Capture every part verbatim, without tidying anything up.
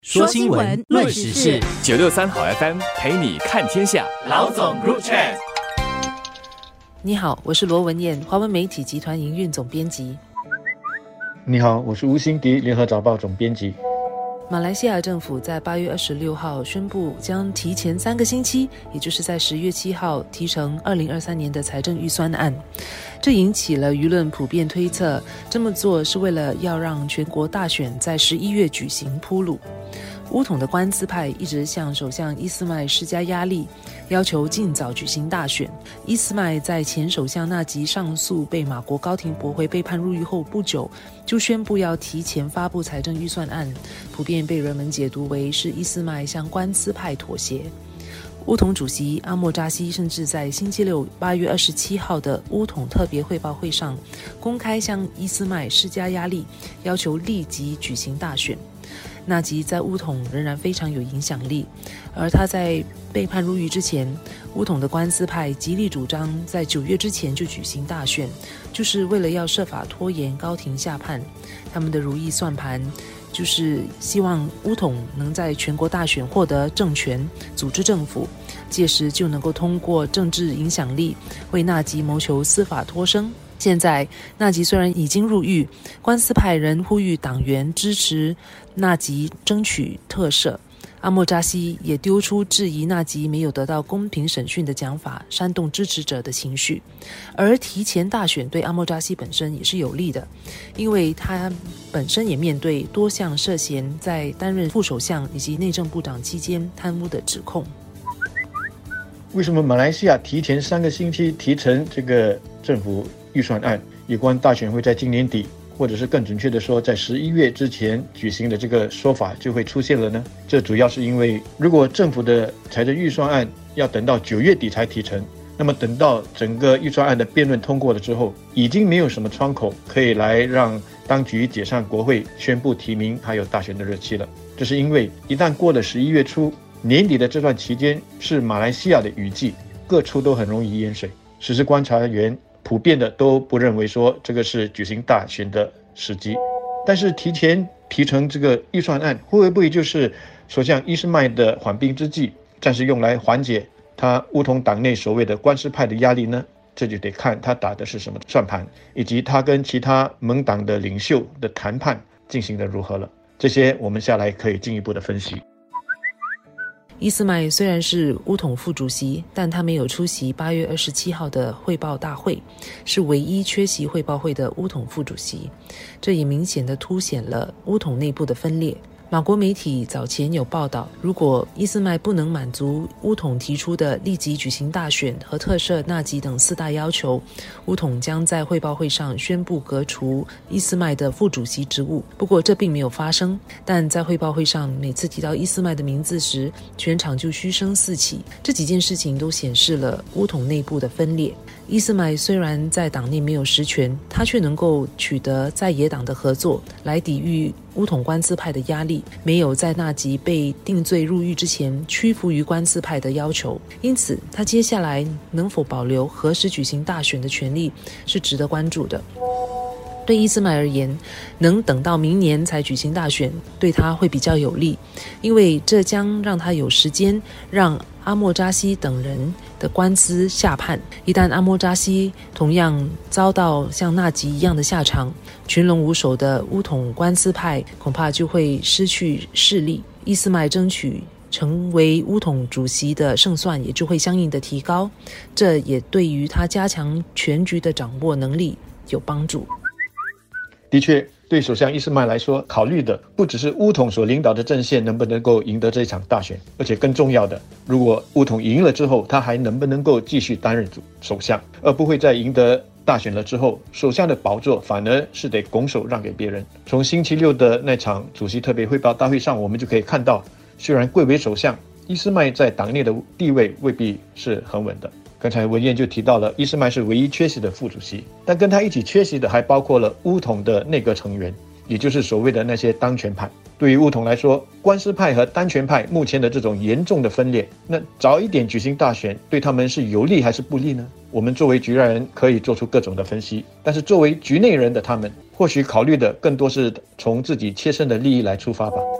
说新闻，论时事， 九六三好 F M 陪你看天下。 老总 Group Chat。 你好，我是罗文燕，华文媒体集团营运总编辑。 你好，我是吴欣迪，联合早报总编辑。 马来西亚政府在八月二十六号宣布，将提前三个星期，也就是在十月七号提成二零二三年的财政预算案。这引起了舆论普遍推测，这么做是为了要让全国大选在十一月举行铺路。乌统的官司派一直向首相伊斯麦施加压力，要求尽早举行大选。伊斯麦在前首相纳吉上诉被马国高庭驳回被判入狱后不久，就宣布要提前发布财政预算案，普遍被人们解读为是伊斯麦向官司派妥协。乌统主席阿莫扎西甚至在星期六八月二十七号的乌统特别汇报会上公开向伊斯麦施加压力，要求立即举行大选。纳吉在乌统仍然非常有影响力，而他在被判入狱之前，乌统的官司派极力主张在九月之前就举行大选，就是为了要设法拖延高庭下判。他们的如意算盘就是希望乌统能在全国大选获得政权，组织政府，届时就能够通过政治影响力为纳吉谋求司法脱生。现在纳吉虽然已经入狱，官司派仍呼吁党员支持纳吉争取特赦。阿莫扎西也丢出质疑纳吉没有得到公平审讯的讲法，煽动支持者的情绪。而提前大选对阿莫扎西本身也是有利的，因为他本身也面对多项涉嫌在担任副首相以及内政部长期间贪污的指控。 为什么马来西亚提前三个星期提成这个政府预算案，有关大选会在今年底，或者是更准确的说在十一月之前举行的这个说法就会出现了呢？这主要是因为如果政府的财政预算案要等到九月底才提成，那么等到整个预算案的辩论通过了之后，已经没有什么窗口可以来让当局解散国会宣布提名还有大选的日期了。这是因为一旦过了十一月初，年底的这段期间是马来西亚的雨季，各处都很容易淹水。时事观察员普遍的都不认为说这个是举行大选的时机。但是提前提成这个预算案，会不会就是首相伊斯麦的缓兵之计，暂时用来缓解他乌统党内所谓的官司派的压力呢？这就得看他打的是什么算盘，以及他跟其他盟党的领袖的谈判进行的如何了。这些我们下来可以进一步的分析。 伊斯麦虽然是乌统副主席，但他没有出席八月二十七号的汇报大会，是唯一缺席汇报会的乌统副主席。这也明显地凸显了乌统内部的分裂。马国媒体早前有报道，如果伊斯麦不能满足乌统提出的立即举行大选和特赦纳吉等四大要求，乌统将在汇报会上宣布革除伊斯麦的副主席职务。不过这并没有发生，但在汇报会上每次提到伊斯麦的名字时，全场就嘘声四起。这几件事情都显示了乌统内部的分裂。伊斯麦虽然在党内没有实权，他却能够取得在野党的合作，来抵御乌统官司派的压力，没有在纳吉被定罪入狱之前屈服于官司派的要求。因此他接下来能否保留何时举行大选的权利是值得关注的。对伊斯麦而言，能等到明年才举行大选对他会比较有利，因为这将让他有时间让阿莫扎西等人的官司下判。一旦阿莫扎西同样遭到像纳吉一样的下场，群龙无首的乌统官司派恐怕就会失去势力，伊斯麦争取成为乌统主席的胜算也就会相应的提高，这也对于他加强全局的掌握能力有帮助。 的确，对首相伊斯麦来说，考虑的不只是乌统所领导的阵线能不能够赢得这一场大选，而且更重要的，如果乌统赢了之后，他还能不能够继续担任首相，而不会在赢得大选了之后，首相的宝座反而是得拱手让给别人。从星期六的那场主席特别汇报大会上，我们就可以看到，虽然贵为首相，伊斯麦在党内的地位未必是很稳的。刚才文燕就提到了，伊斯麦是唯一缺席的副主席，但跟他一起缺席的还包括了乌统的内阁成员，也就是所谓的那些当权派。对于乌统来说，官司派和当权派目前的这种严重的分裂，那早一点举行大选对他们是有利还是不利呢？我们作为局外人可以做出各种的分析，但是作为局内人的他们，或许考虑的更多是从自己切身的利益来出发吧。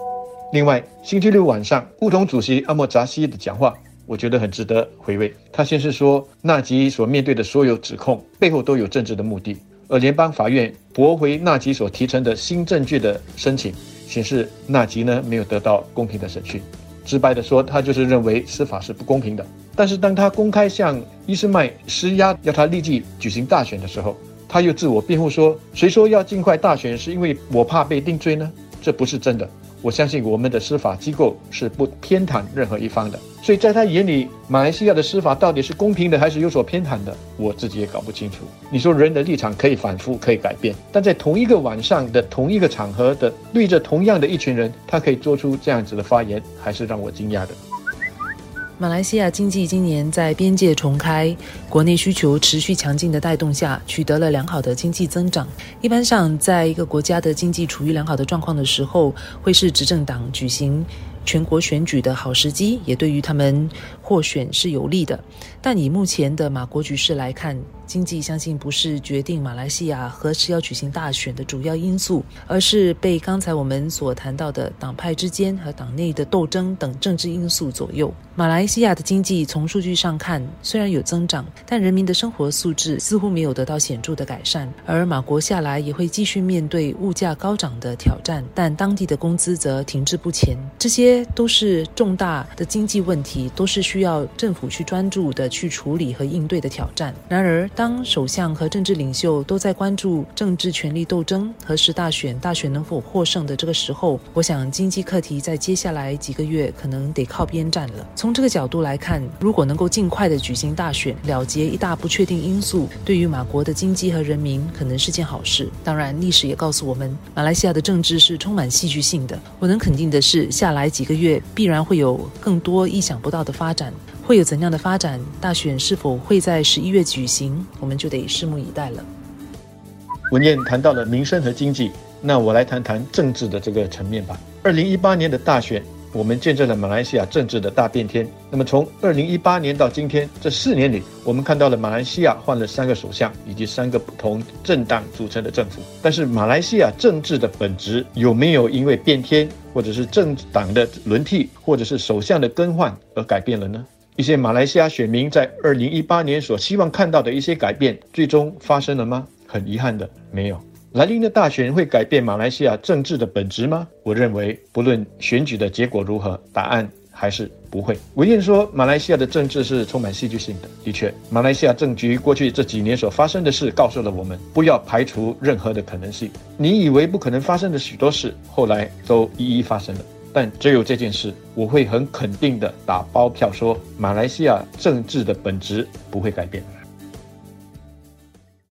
另外，星期六晚上，巫统主席阿莫扎西的讲话，我觉得很值得回味。他先是说，纳吉所面对的所有指控背后都有政治的目的，而联邦法院驳回纳吉所提成的新证据的申请，显示纳吉呢没有得到公平的审讯。直白的说，他就是认为司法是不公平的。但是当他公开向伊斯麦施压，要他立即举行大选的时候，他又自我辩护说，谁说要尽快大选是因为我怕被定罪呢？这不是真的。我相信我们的司法机构是不偏袒任何一方的，所以在他眼里，马来西亚的司法到底是公平的还是有所偏袒的，我自己也搞不清楚。你说人的立场可以反复，可以改变，但在同一个晚上的同一个场合的对着同样的一群人，他可以做出这样子的发言，还是让我惊讶的。 马来西亚经济今年在边界重开、国内需求持续强劲的带动下，取得了良好的经济增长。一般上，在一个国家的经济处于良好的状况的时候，会是执政党举行全国选举的好时机，也对于他们获选是有利的。但以目前的马国局势来看，经济相信不是决定马来西亚何时要举行大选的主要因素，而是被刚才我们所谈到的党派之间和党内的斗争等政治因素左右。马来西亚的经济从数据上看虽然有增长，但人民的生活素质似乎没有得到显著的改善，而马国下来也会继续面对物价高涨的挑战，但当地的工资则停滞不前。这些都是重大的经济问题，都是需要政府去专注的去处理和应对的挑战。然而当首相和政治领袖都在关注政治权力斗争、何时大选、大选能否获胜的这个时候，我想经济课题在接下来几个月可能得靠边站了。从这个角度来看，如果能够尽快的举行大选，了结一大不确定因素，对于马国的经济和人民可能是件好事。当然，历史也告诉我们，马来西亚的政治是充满戏剧性的。我能肯定的是，下来几个月必然会有更多意想不到的发展。会有怎样的发展？大选是否会在十一月举行？我们就得拭目以待了。 文燕谈到了民生和经济，那我来谈谈政治的这个层面吧。二零一八年的大选，我们见证了马来西亚政治的大变天。那么从二零一八年到今天这四年里，我们看到了马来西亚换了三个首相以及三个不同政党组成的政府。但是马来西亚政治的本质有没有因为变天，或者是政党的轮替，或者是首相的更换而改变了呢？一些马来西亚选民在二零一八年所希望看到的一些改变，最终发生了吗？很遗憾的，没有。来临的大选会改变马来西亚政治的本质吗？我认为不论选举的结果如何，答案还是不会。文燕说，马来西亚的政治是充满戏剧性的。的确，马来西亚政局过去这几年所发生的事告诉了我们，不要排除任何的可能性。你以为不可能发生的许多事，后来都一一发生了。但只有这件事，我会很肯定的打包票说，马来西亚政治的本质不会改变。